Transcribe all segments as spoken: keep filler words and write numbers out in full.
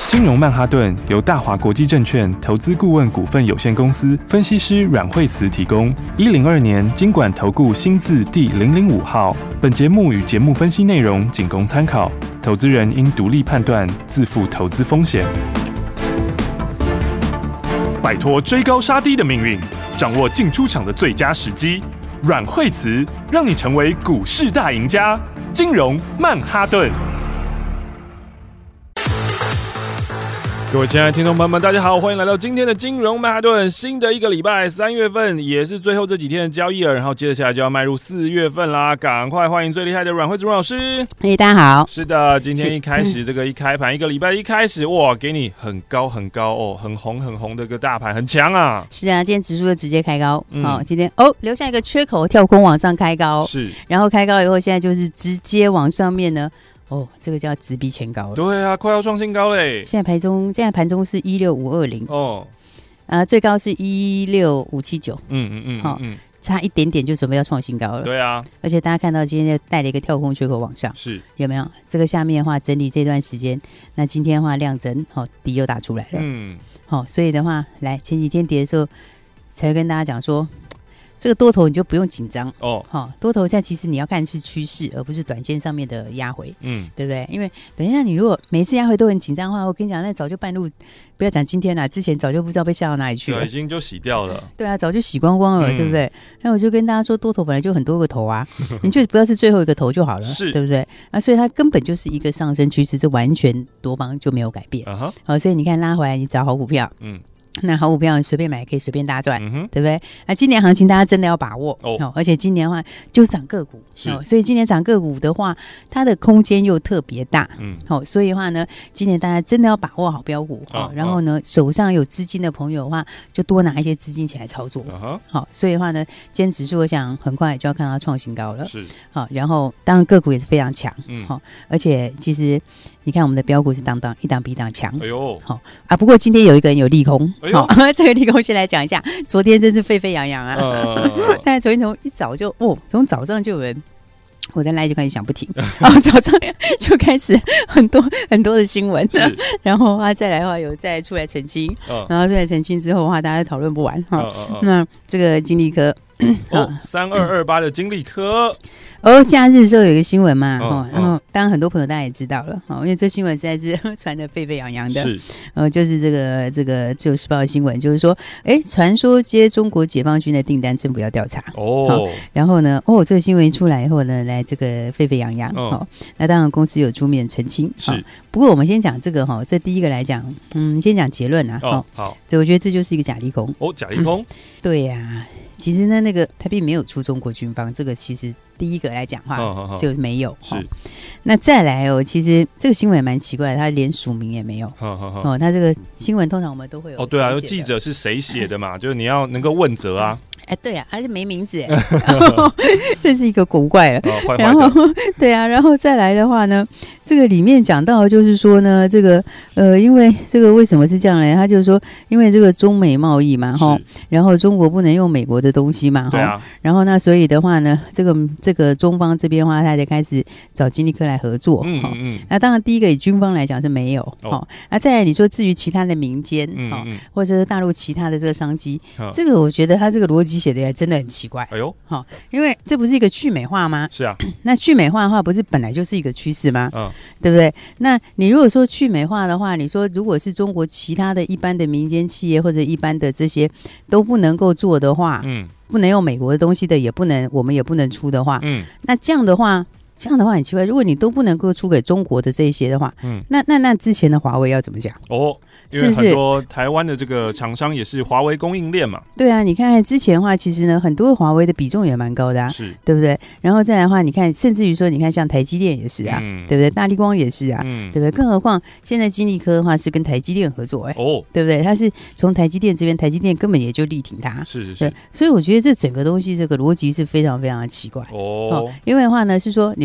金融曼哈顿由大华国际证券投资顾问股份有限公司分析师阮惠慈提供。一零二年金管投顾新字第零零五号。本节目与节目分析内容仅供参考，投资人应独立判断，自负投资风险。摆脱追高杀低的命运，掌握进出场的最佳时机。阮惠慈让你成为股市大赢家。金融曼哈顿。各位亲爱的听众朋友们，大家好，欢迎来到今天的金融曼哈顿。新的一个礼拜，三月份也是最后这几天的交易了，然后接着下来就要迈入四月份啦。赶快欢迎最厉害的阮惠慈阮老师。 嘿，大家好。 是的，今天一开始这个一开盘，一个礼拜一开始，哇，给你很高很高哦，很红很红的一个大盘，很强啊。 是啊，今天指数就直接开高，嗯、哦，今天哦留下一个缺口，跳空往上开高， 是， 然后开高以后，现在就是直接往上面呢。哦，这个叫直逼前高了。 对啊，快要创新高嘞！ 现在盘中，现在盘中是一六五二零哦， 啊、呃，最高是一六五七九。 嗯嗯嗯，好、哦，嗯， 差一点点就准备要创新高了。 对啊， 而且大家看到今天带了一个跳空缺口往上， 是有没有？这个下面的话整理这段时间，那今天的话量增，好、哦、底又打出来了。嗯，好、哦，所以的话，来前几天跌的时候，才会跟大家讲说。这个多头你就不用紧张哦，好，多头在其实你要看是趋势，而不是短线上面的压回，嗯，对不对？因为等一下你如果每次压回都很紧张的话，我跟你讲，那早就半路，不要讲今天啦，之前早就不知道被下到哪里去了， 对，已经就洗掉了， 对啊，早就洗光光了，嗯、对不对？那我就跟大家说，多头本来就很多个头啊，你就不要是最后一个头就好了，是，对不对？那所以它根本就是一个上升趋势，这完全多方就没有改变，好、uh-huh 哦，所以你看拉回来，你找好股票，嗯。那好股票你随便买可以随便大赚、嗯，对不对？那今年行情大家真的要把握哦，哦而且今年的话就涨个股，哦，所以今年涨个股的话，它的空间又特别大，嗯，好、哦，所以的话呢，今年大家真的要把握好标股，哦，哦然后呢、哦，手上有资金的朋友的话，就多拿一些资金起来操作，好、uh-huh 哦，所以的话呢，今天指数我想很快就要看到创新高了，是，好、哦，然后当然个股也是非常强，嗯，好、哦，而且其实。你看我们的标股是当当一档比一档强，哎呦，好、哦、啊！不过今天有一个人有利空，好、哎哦，这个利空先来讲一下。昨天真是沸沸扬扬啊！呃、但是昨天从一早就哦，从早上就有人，我在来就开始想不停，然后早上就开始很多很多的新闻，然后啊再来的话有再出来澄清，呃、然后出来澄清之后的话，大家讨论不完哈、哦呃呃。那这个金利科。 哦，三二二八的金利科， 哦，假日的时候有一个新闻嘛，哦，然后当然很多朋友大家也知道了，哦，因为这新闻实在是传得沸沸扬扬的，是，呃，就是这个这个自由时报的新闻，就是说，哎，传说接中国解放军的订单，政府要调查，哦，然后呢，哦，这个新闻一出来以后呢，来这个沸沸扬扬，哦，哦那当然公司有出面澄清，是，哦、不过我们先讲这个哈，这第一个来讲，嗯，先讲结论啊， 哦，好， 这我觉得这就是一个假利空， 哦，假利空，嗯、 对呀、啊。其实呢，那个他并没有出中国军方，这个其实第一个来讲话、哦、就没有。是、哦，那再来哦，其实这个新闻也蛮奇怪的，他连署名也没有。哦，哦他这个新闻通常我们都会有。 哦，对啊，记者是谁写的嘛？就是你要能够问责啊。 哎，对啊，还是没名字哎，这是一个古怪了。 哦、坏坏然后，对啊，然后再来的话呢，这个里面讲到就是说呢，这个呃，因为这个为什么是这样呢？他就是说，因为这个中美贸易嘛，哈，然后中国不能用美国的东西嘛， 对啊， 然后那所以的话呢，这个这个中方这边的话，他才开始找金利科来合作。嗯嗯嗯。那当然，第一个以军方来讲是没有，哦，哦那再来你说至于其他的民间，嗯嗯，或者是大陆其他的这个商机，嗯、这个我觉得他这个逻辑写的还真的很奇怪。哎呦，好、哦，因为这不是一个去美化吗？ 是啊。 那去美化的话，不是本来就是一个趋势吗？嗯，对不对？那你如果说去美化的话，你说如果是中国其他的一般的民间企业或者一般的这些都不能够做的话，嗯，不能用美国的东西的，也不能我们也不能出的话，嗯，那这样的话。这样的话很奇怪，如果你都不能够出给中国的这些的话，嗯，那那那之前的华为要怎么讲？ 哦，因为很多台湾的这个厂商也是华为供应链嘛。 对啊，你看之前的话，其实呢，很多华为的比重也蛮高的啊，是，对不对？然后再来的话，你看，甚至于说，你看像台积电也是啊，嗯、对不对？大立光也是啊，嗯、对不对？更何况现在金利科的话是跟台积电合作、欸，哎，哦，对不对？他是从台积电这边，台积电根本也就力挺他， 是是是。 所以我觉得这整个东西这个逻辑是非常非常的奇怪哦，哦因为的话呢是说你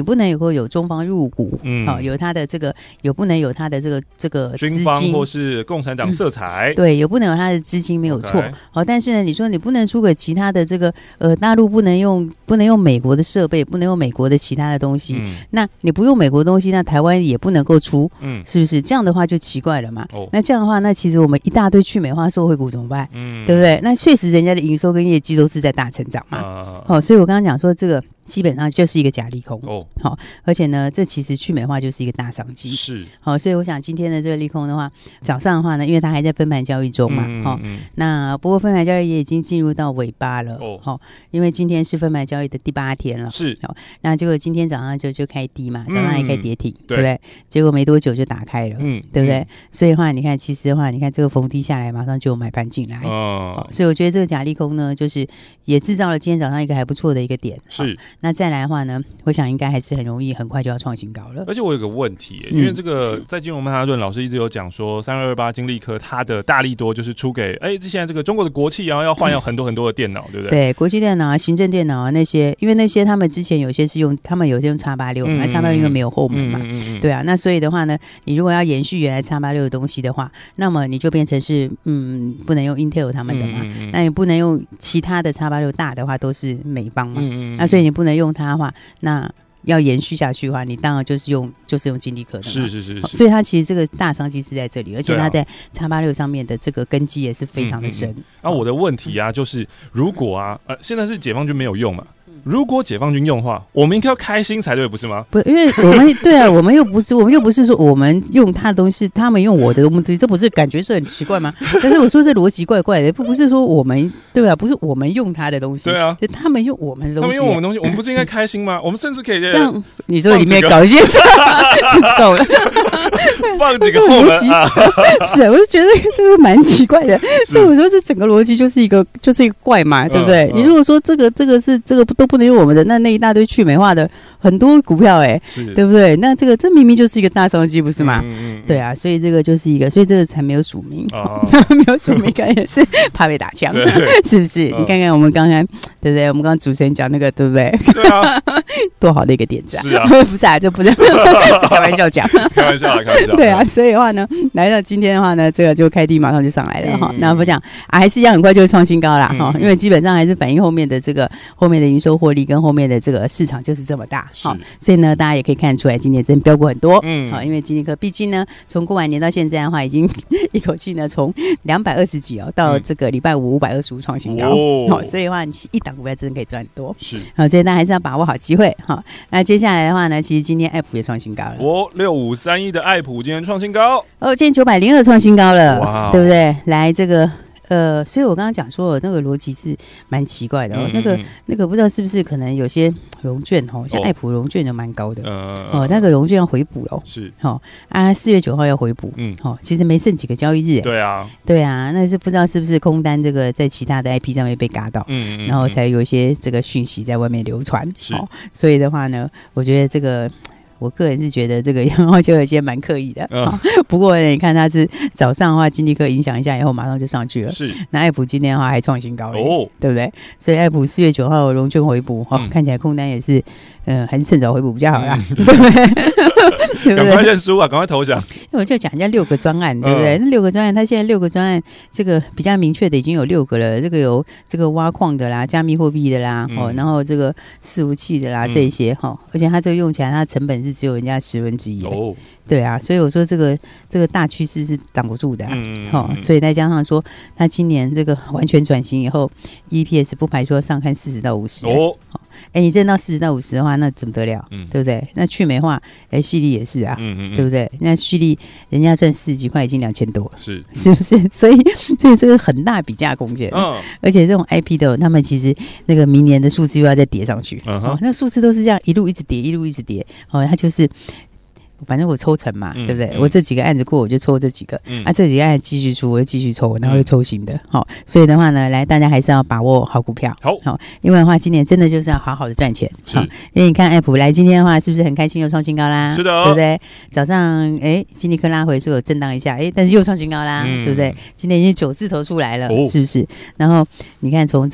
不能有有中方入股， 嗯， 好、哦，有他的这个，有不能有他的这个这个资金， 军方或是共产党色彩， 嗯、对，有不能有他的资金没有错，好、哦，但是呢，你说你不能出给其他的这个呃大陆不能用不能用美国的设备，不能用美国的其他的东西，嗯、那你不用美国的东西，那台湾也不能够出，嗯，是不是这样的话就奇怪了嘛？哦，那这样的话，那其实我们一大堆去美化受惠股怎么办？嗯，对不对？那确实人家的营收跟业绩都是在大成长嘛，啊、哦，所以我刚刚讲说这个。基本上就是一个假利空哦，好，而且呢，这其实去美化就是一个大商机， 是好，所以我想今天的这个利空的话，早上的话呢，因为它还在分盘交易中嘛，好、嗯嗯，那不过分盘交易也已经进入到尾巴了，哦，好，因为今天是分盘交易的第八天了， 是，好， 那结果今天早上就就开低嘛，早上也开跌停，嗯、对不对？结果没多久就打开了，嗯，对不对？嗯、所以的话，你看，其实的话，你看这个逢低下来，马上就有买盘进来，哦，所以我觉得这个假利空呢，就是也制造了今天早上一个还不错的一个点， 是， 那再来的话呢？我想应该还是很容易，很快就要创新高了。 而且我有个问题、欸，因为这个在金融曼哈顿老师一直有讲说，三二二八金利科它的大利多就是出给哎、欸，现在这个中国的国企啊，要换要很多很多的电脑，对不对？ 对，国际电脑啊、行政电脑啊那些，因为那些他们之前有些是用，他们有些用 X 八六，那 X 八六因为没有后门嘛，嗯嗯嗯对啊，那所以的话呢，你如果要延续原来 X 八六的东西的话，那么你就变成是嗯，不能用 Intel 他们的嘛，嗯嗯嗯那你不能用其他的 X 八六大的话都是美方嘛，嗯嗯嗯那所以你不能用它的话，那要延续下去的话，你当然就是用就是用金利科的嘛， 是是是是， 所以它其实这个大商机是在这里，而且它在 X 八六上面的这个根基也是非常的深。嗯嗯嗯啊，我的问题啊，就是如果啊，呃，现在是解放军没有用嘛？如果解放军用的话，我们应该要开心才对，不是吗？ 不，因为我们对啊，我们又不是，我们又不是说我们用他的东西，他们用我的东西，这不是感觉是很奇怪吗？但是我说这逻辑怪怪的，不不是说我们对啊，不是我们用他的东西， 对啊， 就他们用我们的东西， 他们用我们东西，我们不是应该开心吗？我们甚至可以这样，你说里面搞一些，够了， 放几个后门啊， 是，我就觉得这个蛮奇怪的，所以我说这整个逻辑就是一个就是一个怪嘛，对不对？你如果说这个这个是这个都不能用我们的，那那一大堆去美化的很多股票、欸，哎，对不对？那这个这明明就是一个大商机，不是吗？嗯嗯嗯对啊，所以这个就是一个，所以这个才没有署名，哦、没有署名，感觉是怕被打枪，是不是？嗯、你看看我们刚刚，对不对？我们刚刚主持人讲那个，对不对？ 对啊， 多好的一个点子啊！ 是啊， 不是啊，这不是开玩笑讲， 开玩笑，开玩笑。 对啊，所以的话呢，来到今天的话呢，这个就开低马上就上来了哈、嗯。那不讲啊，还是一样，很快就会创新高啦哈、嗯，因为基本上还是反映后面的这个后面的营收获利跟后面的这个市场就是这么大，好，所以呢，大家也可以看出来，今年真飙过很多，嗯，好，因为金利科毕竟呢，从过完年到现在的话，已经一口气呢，从两百二十几哦，到这个礼拜五五百二十五创新高，好、哦，所以的话，你一档股票真的可以赚很多， 是， 好，所以大家还是要把握好机会，好，那接下来的话呢，其实今天爱普也創新高了， 哦，六五三一的愛普今天創新高， 哦，今天九百零二創新高了，哇，对不對？來這個。呃，所以我剛剛講說那個邏輯是蠻奇怪的哦，嗯嗯嗯那個那個不知道是不是可能有些融券哦，像愛普融券就蠻高的，哦、呃，那個融券要回補了， 是， 哦啊，四月九號要回補，嗯，哦，其實沒剩幾個交易日， 對啊， 對啊，那是不知道是不是空單這個在其他的 I P 上面被嘎到，嗯，嗯，嗯，然後才有一些這個訊息在外面流傳， 是， 哦，所以的話呢，我覺得這個。我個人是覺得這個然後就有些蠻刻意的、嗯哦、不過你看它是早上的話金利科影響一下以後馬上就上去了， 是， 那愛普今天的話還創新高了、 哦、 對不對？所以愛普四月九號融券回補、哦嗯、看起來空單也是呃還是趁早回補比較好啦、嗯、對不對？ 趕快認輸啊，趕快投降。 因為我就講人家六個專案對不對、嗯、那六個專案它現在六個專案這個比較明確的已經有六個了，這個有這個挖礦的啦，加密貨幣的啦、嗯哦、然後這個伺服器的啦、嗯、這些、哦、而且它這個用起來它成本是只有人家十分之一、哦，對啊，所以我說這個這個大趨勢是擋不住的、啊，嗯哦、所以再加上說它今年這個完全轉型以後 ，E P S 不排除上看四十到五十哦。哎，你真到四十到五十的話，那怎麼得了？嗯，對不對？那去美化，哎，矽力也是啊，嗯嗯嗯，對不對？那矽力人家賺四十幾塊，已經兩千多了， 是是不是？所以所以這個很大比價空間，嗯，而且這種 I P 的，他們其實那個明年的數字又要再疊上去，嗯、哦，那數字都是這樣一路一直疊，一路一直疊，哦，它就是。反正我抽成嘛、嗯、對不對、嗯、我這幾個案子過我就抽這幾個、嗯、啊這幾個案子繼續出我就繼續抽然後又抽新的、嗯哦、所以的話呢來大家還是要把握好股票好、 哦、因為的話今年真的就是要好好的賺錢、哦、因為你看愛普來今天的話是不是很開心又創新高啦， 是的、哦、 對不對？早上哎金利科拉回說有震盪一下哎但是又創新高啦、嗯、對不對？今天已經九字頭出來了、哦、是不是？然後你看從這個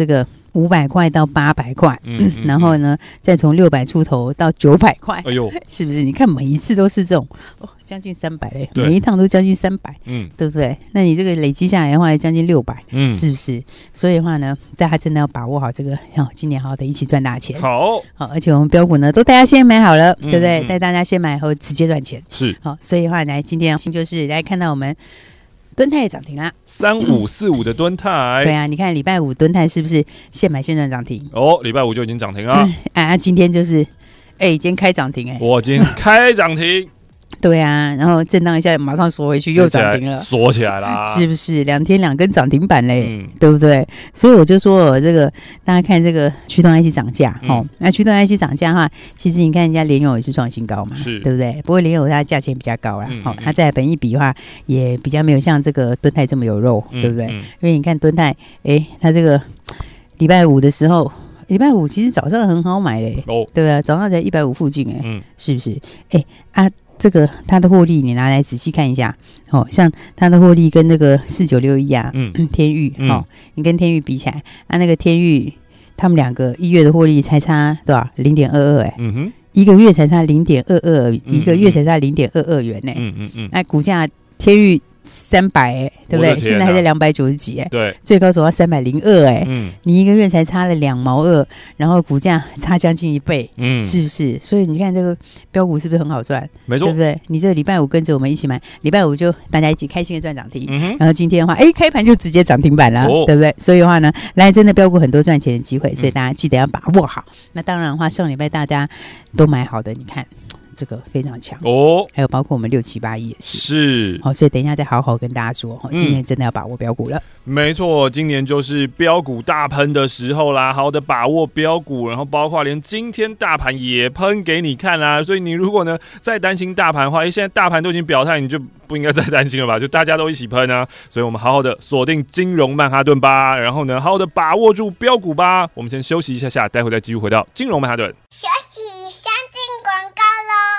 五百块到八百块，嗯，嗯然后呢，再从六百出头到九百块，哎呦，是不是？你看每一次都是这种，哦，将近三百嘞，每一趟都将近三百，嗯，对不对？那你这个累积下来的话，将近六百，嗯，是不是？所以的话呢，大家真的要把握好这个，哦，今年好好的一起赚大钱， 好， 好，而且我们标股呢，都大家先买好了，嗯、对不对？带、嗯、大家先买后直接赚钱， 是， 好，所以的话，来今天就是来看到我们。敦泰也涨停啦， 三五四五的敦泰、嗯， 对啊，你看礼拜五敦泰是不是现买现赚涨停？ 哦，礼拜五就已经涨停了、嗯、 啊！今天就是，哎、欸，今天开涨停哎、欸， 我今天开涨停。 对啊，然后震荡一下，马上锁回去，又涨停了， 锁起来啦， 是不是？两天两根涨停板嘞、嗯，对不对？所以我就说，这个大家看这个驱动 I C 涨价，哦、嗯，那驱动 I C 涨价的话，其实你看人家联咏也是创新高嘛，是，对不对？不过联咏它的价钱比较高啦，嗯、哦，它在本益比的话也比较没有像这个敦泰这么有肉，嗯、对不对？嗯、因为你看敦泰，哎，它这个礼拜五的时候。礼拜五其实早上很好买嘞、哦，对吧？早上才一百五附近哎、嗯，是不是？哎啊，这个它的获利你拿来仔细看一下，哦，像它的获利跟那个四九六一啊，嗯，天鈺，哦，你跟天鈺比起来，啊，那个天鈺他们两个一月的获利才差多少？零点二二哎，嗯哼，一个月才差零点二二，一个月才差零点二二元呢、欸，嗯嗯嗯，那、啊、股价天鈺。三百哎，对不对？现在还在两百九十几哎，对，最高走到三百零二哎，嗯，你一个月才差了两毛二，然后股价差将近一倍，嗯，是不是？所以你看这个标股是不是很好赚？没错，对不对？你这个礼拜五跟着我们一起买，礼拜五就大家一起开心的赚涨停，嗯、然后今天的话，哎，开盘就直接涨停板了、哦，对不对？所以的话呢，来真的标股很多赚钱的机会，所以大家记得要把握好。嗯、那当然的话，上礼拜大家都买好的，你看。这个非常强哦，还有包括我们六七八一也是是好、哦，所以等一下再好好跟大家说，今年真的要把握标股了。 嗯、没错，今年就是标股大喷的时候啦，好好的把握标股，然后包括连今天大盘也喷给你看啦。所以你如果呢再担心大盘的话，现在大盘都已经表态，你就不应该再担心了吧？就大家都一起喷啊，所以我们好好的锁定金融曼哈顿吧，然后呢好好的把握住标股吧。我们先休息一下下，待会再继续回到金融曼哈顿。 休息先进广告喽。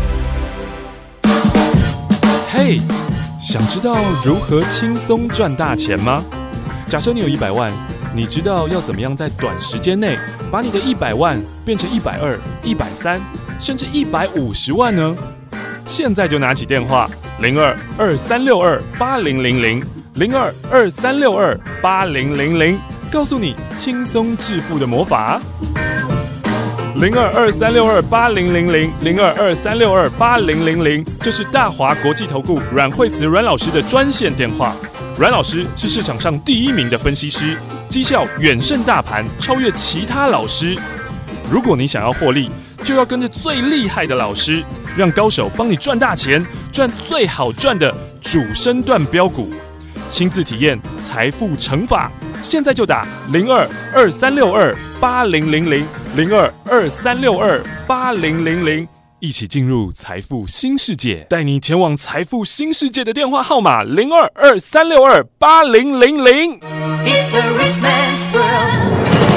嘿、hey, 想知道如何轻松赚大钱吗？假设你有一百万，你知道要怎么样在短时间内把你的一百万变成一百二、一百三，甚至一百五十万呢？现在就拿起电话零二二三六二八零零零零二二三六二八零零零，告诉你轻松致富的魔法。零二二三六二八零零零零二二三六二八零零零，这是大华国际投顾阮惠慈阮老师的专线电话。阮老师是市场上第一名的分析师，绩效远胜大盘，超越其他老师。如果你想要获利，就要跟着最厉害的老师，让高手帮你赚大钱，赚最好赚的主升段标股，亲自体验财富乘法。现在就打零二二三六二八零零零零二二三六二八零零零，一起进入财富新世界，带你前往财富新世界的电话号码零二二三六二八零零零。It's a rich man's world.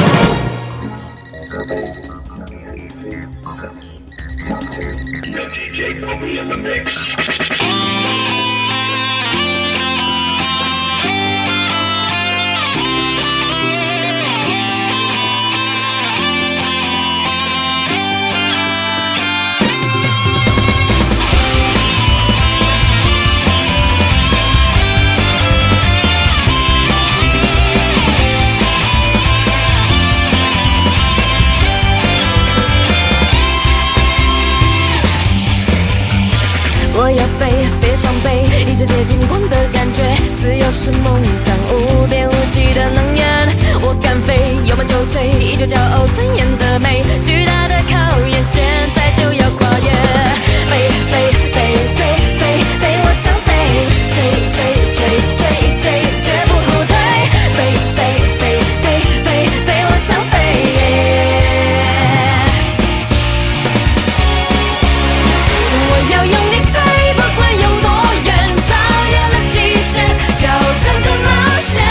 No D J put me in the mix. 我要飞，飞上北，一直接近光的感觉，自由是梦想，无边无际的能源。我敢飞，有梦就追，依旧骄傲尊严的美，巨大的考验，现在就要跨越。飞飞飞飞飞飞，我想飞，追追追追追，绝不后退。飞飞飞飞飞飞，我想飞。我要用力飞。不管有多远，超越了极限，挑战的冒险。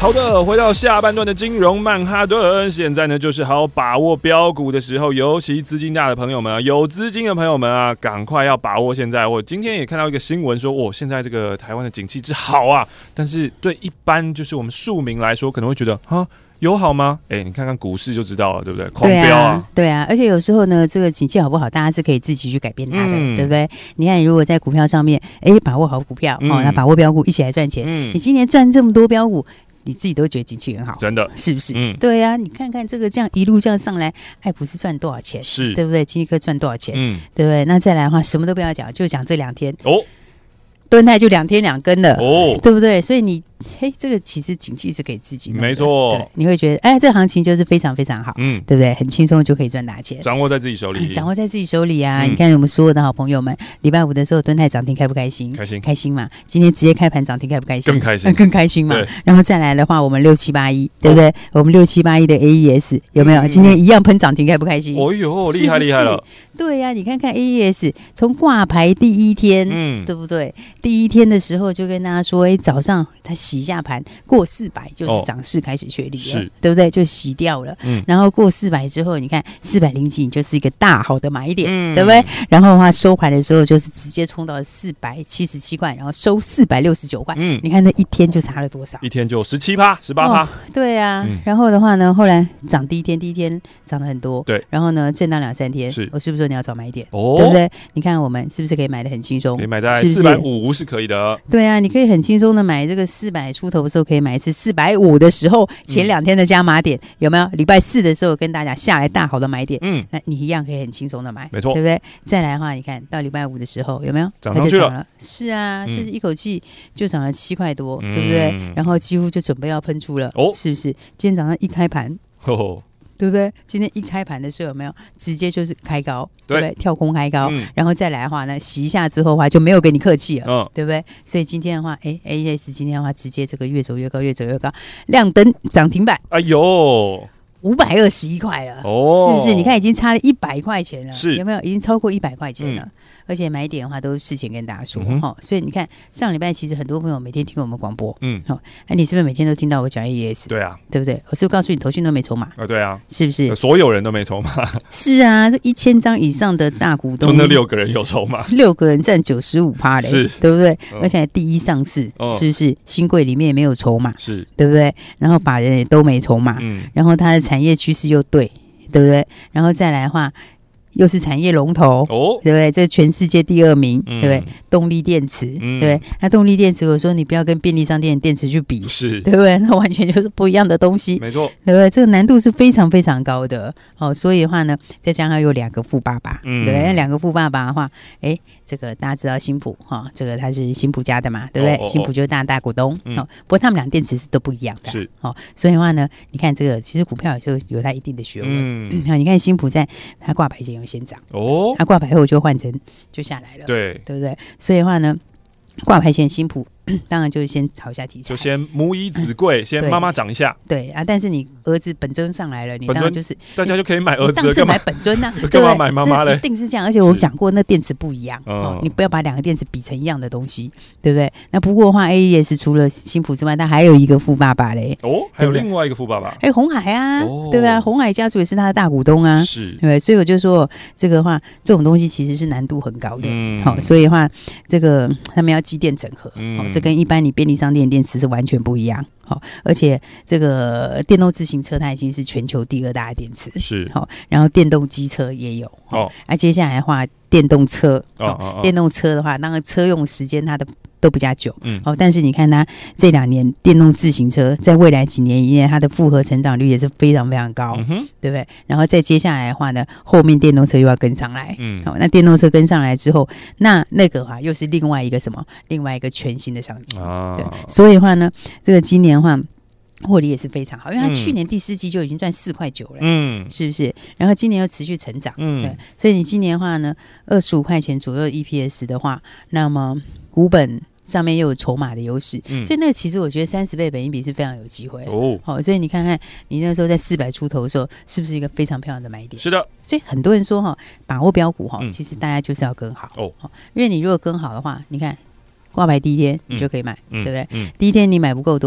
好的，回到下半段的金融曼哈顿，现在呢就是好把握标股的时候，尤其资金大的朋友们啊，有资金的朋友们啊，赶快要把握现在。我今天也看到一个新闻说，哦，现在这个台湾的景气之好啊，但是对一般就是我们庶民来说，可能会觉得哈。有好吗？哎、欸，你看看股市就知道了，对不对？狂飙啊， 对啊，而且有时候呢，这个景气好不好，大家是可以自己去改变它的，嗯、对不对？你看，如果在股票上面，哎，把握好股票，嗯、哦，那把握标股，一起来赚钱。嗯、你今年赚这么多标股，你自己都觉得景气很好， 真的， 是不是？嗯，对呀、啊，你看看这个这样一路这样上来，爱普是赚多少钱？ 是， 对不对？金立科赚多少钱？嗯，对不对？那再来的话，什么都不要讲，就讲这两天哦。 敦泰就两天两根了， 哦， 对不对？所以你，嘿，这个其实景气是给自己的， 没错。 你会觉得，哎，这个行情就是非常非常好，嗯，对不对？很轻松就可以赚大钱， 掌握在自己手里， 嗯、掌握在自己手里啊！嗯、你看我们所有的好朋友们，礼拜五的时候，敦泰涨停开不开心？ 开心， 开心嘛！今天直接开盘涨停开不开心？ 更开心， 嗯、更开心嘛！然后再来的话，我们六七八一，对不对？哦、我们六七八一的 A E S 有没有？嗯、今天一样喷涨停开不开心？ 哦呦，厉害厉害了！ 对呀、啊，你看看 A E S 从挂牌第一天，嗯，对不对？第一天的时候就跟大家说，哎，早上它洗一下盘，过四百就是涨势开始确立了，哦、对不对？就洗掉了，嗯，然后过四百之后，你看四百零几就是一个大好的买点，嗯、对不对？然后的话收盘的时候就是直接冲到四百七十七块，然后收四百六十九块，嗯，你看那一天就差了多少？ 一天就十七趴、十八趴， 对啊。嗯、然后的话呢，后来涨第一天，第一天涨了很多， 对， 然后呢震荡两三天， 是， 我是不是说你要早买一点？哦，对不对？你看我们是不是可以买得很轻松？ 可以买在四百五是可以的。 对啊，你可以很轻松的买这个四百出头的时候可以买一次，四百五的时候前两天的加码点、嗯、有没有？礼拜四的时候跟大家下来大好的买点，嗯，那你一样可以很轻松的买， 没错， 对不对？再来的话，你看到礼拜五的时候有没有涨上去了？ 了是啊，这、嗯、是一口气就涨了七块多，嗯、对不对？然后几乎就准备要喷出了，哦，是不是？今天早上一开盘，哦。对不对？今天一开盘的时候有没有直接就是开高， 对, 对不对？跳空开高，嗯、然后再来的话呢，洗一下之后的话就没有给你客气了，嗯、对不对？所以今天的话，哎 ，A E S 今天的话直接这个越走越高，越走越高，亮灯涨停板， 哎呦！ 五百二十一块了，哦，是不是？你看已经差了一百块钱了，是有没有？已经超过一百块钱了，嗯、而且买点的话都是事前跟大家说哈、嗯哦。所以你看上礼拜其实很多朋友每天听我们广播，嗯，好、哦，哎，你是不是每天都听到我讲 A E S？ 对啊， 对不对？我是不是告诉你投信都没筹码？ 啊，对啊， 是不是？ 所有人都没筹码？ 是啊，这一千张以上的大股东， 就那六个人有筹码， 六个人占九十五趴嘞， 是， 对不对？嗯、而且第一上市，哦、是不是？新贵里面也没有筹码， 是， 对不对？然后法人也都没筹码，嗯，然后它的产业趋势又对，对不对？然后再来的话，又是产业龙头，哦，对不对？这全世界第二名，嗯、对不对？动力电池，嗯、对不对？那动力电池，我说你不要跟便利商店的电池去比， 是， 对不对？那完全就是不一样的东西， 没错， 对不对？这个难度是非常非常高的，哦，所以的话呢，再加上有两个富爸爸，嗯、对不对？那两个富爸爸的话，哎，这个大家知道新普哈、哦，这个他是新普家的嘛，对不对？哦哦哦新普就是大大股东，嗯、哦，不过他们俩电池是都不一样的， 是， 哦，所以的话呢，你看这个其实股票就有它一定的学问，嗯，嗯你看新普在它挂牌前有先涨，哦，它挂牌后就换成就下来了， 对， 对不对？所以的话呢。挂牌前新普当然就是先炒一下题材， 就先母以子贵，嗯、先妈妈涨一下。 对啊，但是你儿子本尊上来了，你当然就是大家就可以买儿子， 当然是买本尊呐、啊， 干嘛买妈妈嘞？ 一定是这样。而且我讲过，那电池不一样、哦，你不要把两个电池比成一样的东西，对不对？那不过的话 ，A E S 除了新普之外，它还有一个富爸爸嘞。 哦，还有另外一个富爸爸， 还有鸿海啊，哦、对吧？鸿海家族也是他的大股东啊， 是， 对不对？所以我就说，这个的话，这种东西其实是难度很高的。嗯，好、哦，所以的话，这个他们要机电整合，嗯、哦，这跟一般你便利商店电池是完全不一样。好、哦，而且这个电动自行车它已经是全球第二大的电池， 是好、哦，然后电动机车也有哦。那、啊、接下来的话，电动车，哦，哦哦电动车的话，那个车用时间它的都比较久，嗯，哦，但是你看它这两年电动自行车在未来几年以内，它的复合成长率也是非常非常高，嗯哼，对不对？然后再接下来的话呢，后面电动车又要跟上来，嗯，好、哦，那电动车跟上来之后，那那个啊又是另外一个什么？另外一个全新的商机，啊、对，所以的话呢，这个今年的话。获利也是非常好，因为它去年第四季就已经赚四块九了，嗯，是不是？然后今年又持续成长，嗯，对，所以你今年的话呢，二十五块钱左右 E P S 的话，那么股本上面又有筹码的优势，嗯、所以那个其实我觉得三十倍本益比是非常有机会哦。好、哦，所以你看看你那时候在四百出头的时候，是不是一个非常漂亮的买点？ 是的。 所以很多人说哈，把握标股哈，嗯、其实大家就是要跟好哦，因为你如果跟好的话，你看。挂牌第一天你就可以买，嗯、对不对？嗯、第一天你买不够多的，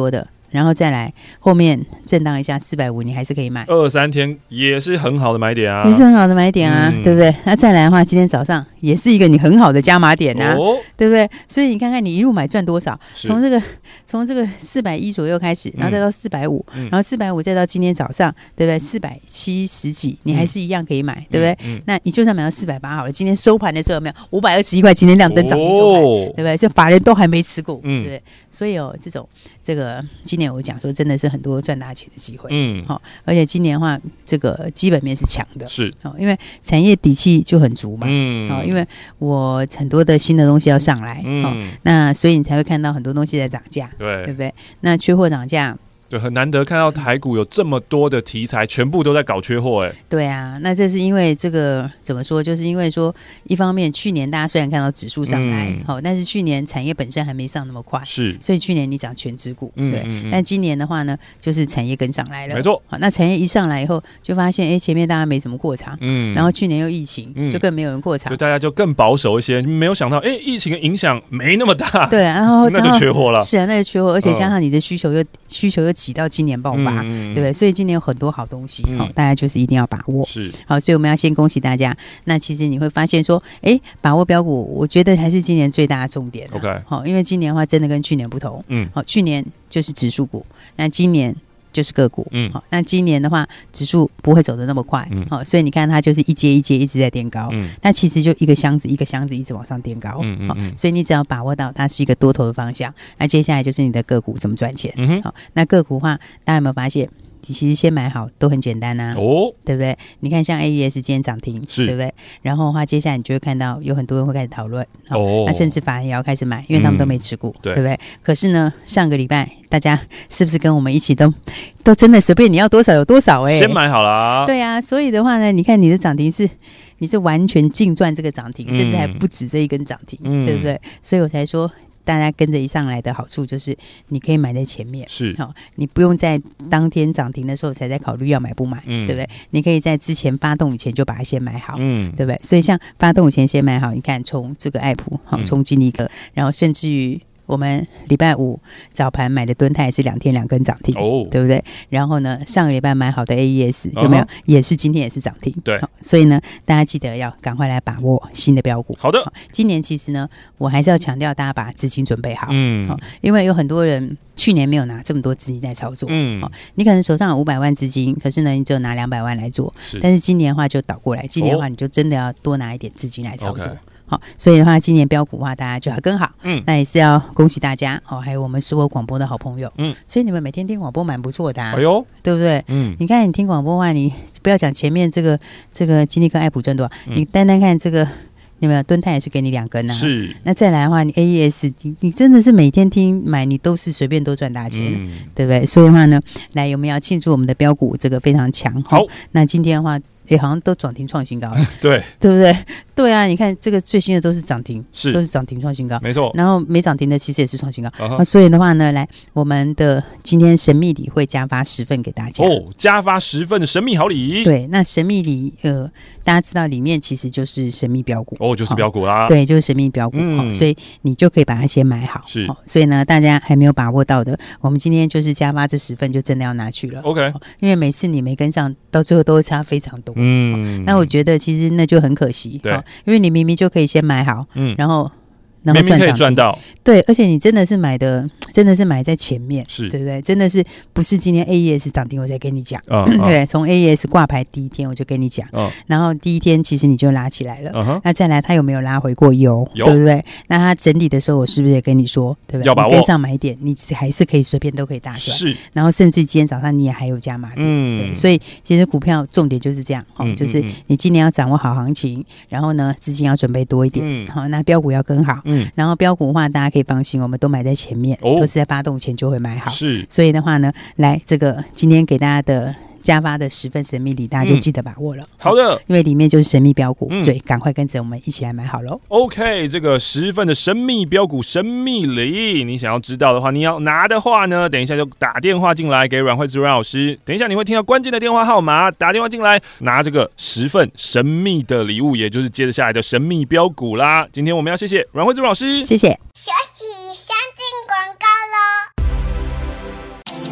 然后再来后面震荡一下四百五，你还是可以买。 二三天也是很好的买点啊， 也是很好的买点啊，嗯、对不对？那再来的话，今天早上也是一个你很好的加码点啊，哦、对不对？所以你看看你一路买赚多少，从这个从这个四百一左右开始，然后再到四百五，然后四百五再到今天早上，对不对？四百七十几，你还是一样可以买，嗯、对不对？嗯、那你就算买到四百八好了，今天收盘的时候有没有五百二十一块？今天亮灯涨停收盘，哦、对不对？就法人都还没吃过，嗯、对不对？所以哦，这种这个今年我讲说真的是很多赚大钱的机会，嗯，好、哦，而且今年的话，这个基本面是强的， 是哦，因为产业底气就很足嘛，嗯，好、哦，因为我很多的新的东西要上来，嗯、哦，那所以你才会看到很多东西在涨价， 对， 对不对？那缺货涨价。 对，很难得看到台股有这么多的题材，全部都在搞缺货，哎。 对啊，那这是因为这个怎么说？就是因为说，一方面去年大家虽然看到指数上来，好、嗯，但是去年产业本身还没上那么快， 是， 所以去年你涨全指股，嗯、对。嗯嗯、但今年的话呢，就是产业跟上来了， 没错。 好，那产业一上来以后，就发现，哎，前面大家没什么扩厂，嗯，然后去年又疫情，嗯、就更没有人扩厂， 就大家就更保守一些。没有想到，哎，疫情的影响没那么大， 对、啊，然后那就缺货了， 是啊，那就缺货，而且加上你的需求又、嗯、需求又挤到今年爆。嗯、对不对？所以今年有很多好东西，好、嗯，大家就是一定要把握。 是好，所以我们要先恭喜大家。那其实你会发现说，哎，把握标股，我觉得还是今年最大的重点、啊。 OK， 好，因为今年的话真的跟去年不同。嗯，好，去年就是指数股，那今年就是个股。嗯，好，那今年的话，指数不会走得那么快。嗯，好，所以你看它就是一阶一阶一直在垫高。嗯，那其实就一个箱子一个箱子一直往上垫高。嗯嗯，好，所以你只要把握到它是一个多头的方向，那接下来就是你的个股怎么赚钱。嗯哼，好，那个股的话，大家有没有发现？其实先买好都很简单啊，哦，对不对？你看像 A E S 今天涨停，对不对？然后的话，接下来你就会看到有很多人会开始讨论，哦，那甚至法人也要开始买，因为他们都没持股，嗯、对, 对不对？可是呢，上个礼拜大家是不是跟我们一起都都真的随便你要多少有多少、欸？哎， 先买好了、啊， 对啊。所以的话呢，你看你的涨停是你是完全净赚这个涨停，嗯、甚至还不止这一根涨停，嗯、对不对？所以我才说。大家跟着一上来的好处就是你可以买在前面， 是好、哦， 你不用在当天涨停的时候才在考虑要买不买，嗯、对不对？你可以在之前发动以前就把它先买好，嗯，对不对？所以像发动以前先买好，你看从这个爱普，好，从金立科，然后甚至于。我们礼拜五早盘买的敦泰是两天两根涨停，哦，对不对？然后呢，上个礼拜买好的 A E S 有没有？ Uh-huh. 也是今天也是涨停， 对。 所以呢，大家记得要赶快来把握新的标股。 好的， 今年其实呢，我还是要强调大家把资金准备好，嗯，因为有很多人去年没有拿这么多资金在操作，嗯，你可能手上有五百万资金，可是呢，你只有拿两百万来做，是。但是今年的话就倒过来，今年的话你就真的要多拿一点资金来操作。Okay.好，所以的话，今年标股的话，大家就要跟好。嗯，那也是要恭喜大家哦，还有我们所有广播的好朋友。嗯，所以你们每天听广播蛮不错的、啊，哎呦，对不对？嗯，你看你听广播的话，你不要讲前面这个这个金立科爱普赚多少，嗯、你单单看这个。有没有敦泰也是给你两根啊？ 是。 那再来的话，你 A E S， 你, 你真的是每天听买，你都是随便都赚大钱、嗯，对不对？所以的话呢，来有没有要庆祝我们的标股这个非常强？好，那今天的话。也好像都涨停创新高了， 对对不对？对啊，你看这个最新的都是涨停， 是都是涨停创新高， 没错。 然后没涨停的其实也是创新高， uh-huh. 那所以的话呢，来我们的今天神秘礼会加发十份给大家哦，加发十份的神秘好礼。 对，那神秘礼呃，大家知道里面其实就是神秘标股哦，就是标股啦， 对，就是神秘标股、嗯哦，所以你就可以把它先买好。 是、哦， 所以呢，大家还没有把握到的，我们今天就是加发这十份，就真的要拿去了。 OK，、哦、 因为每次你没跟上，到最后都会差非常多。嗯，哦、那我觉得其实那就很可惜， 对、哦， 因为你明明就可以先买好，嗯，然后然后赚明明可以赚到， 对，而且你真的是买的，真的是买在前面， 是对不对？真的是不是今天 A E S 涨停我才跟你讲，哦、对，从 A E S 挂牌第一天我就跟你讲，哦、然后第一天其实你就拉起来了，哦、那再来它有没有拉回过有，对不对？那它整理的时候我是不是也跟你说，对不对？ 要把握， 你跟上买点，你还是可以随便都可以大赚， 是， 然后甚至今天早上你也还有加码点，嗯，所以其实股票重点就是这样，哦、嗯，就是你今年要掌握好行情，然后呢资金要准备多一点，嗯，好，那标股要跟好，嗯，然后标股的话大家可以放心，我们都买在前面，哦、都是在发动前就会买好， 是， 所以的话呢，来这个今天给大家的加发的十份神秘礼，大家就记得把握了。嗯、 好的， 因为里面就是神秘标股，嗯、所以赶快跟着我们一起来买好喽。 OK， 这个十份的神秘标股神秘礼，你想要知道的话，你要拿的话呢，等一下就打电话进来给阮慧慈阮老师。等一下你会听到关键的电话号码，打电话进来拿这个十份神秘的礼物，也就是接着下来的神秘标股啦。今天我们要谢谢阮慧慈阮老师， 谢谢。 学习先进广告喽。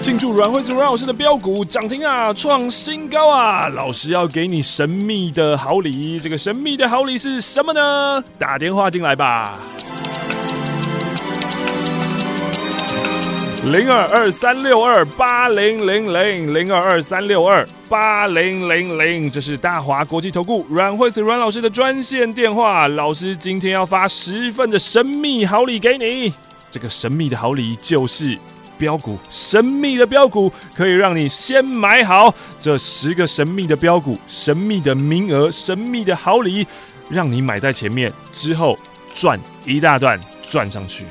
庆祝阮慧子阮老师的标股涨停啊，创新高啊！老师要给你神秘的好礼，这个神秘的好礼是什么呢？打电话进来吧。零二二三六二八零零零零二二三六二八零零零，这是大华国际投顾阮慧子阮老师的专线电话。老师今天要发十份的神秘好礼给你，这个神秘的好礼就是标股，神秘的标股可以让你先买好。这十个神秘的标股，神秘的名额，神秘的好礼，让你买在前面，之后赚一大段，赚上去。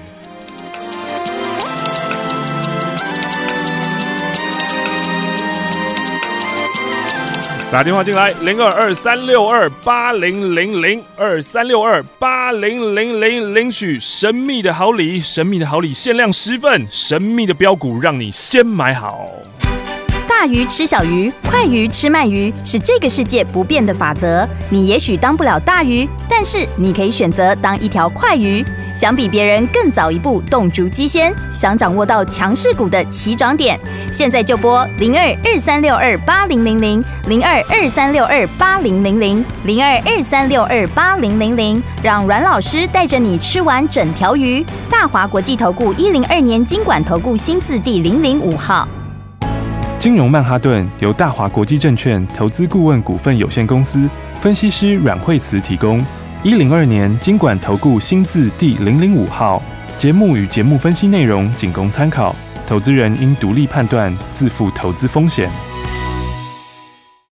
打电话进来，零二二三六二八零零零二三六二八零零零，领取神秘的好礼，神秘的好礼限量十份，神秘的标股让你先买好。 大鱼吃小鱼，快鱼吃慢鱼，是这个世界不变的法则。你也许当不了大鱼，但是你可以选择当一条快鱼。想比别人更早一步动足机先，想掌握到强势股的起涨点，现在就拨零二二三六二八零零零零二二三六二八零零零零二二三六二八零零零，让阮老师带着你吃完整条鱼。大华国际投顾一零二年金管投顾新字第零零五号。 金融曼哈顿由大华国际证券投资顾问股份有限公司分析师阮慧慈提供。一零二年金管投顾新字第零零五号。节目与节目分析内容仅供参考，投资人应独立判断，自负投资风险。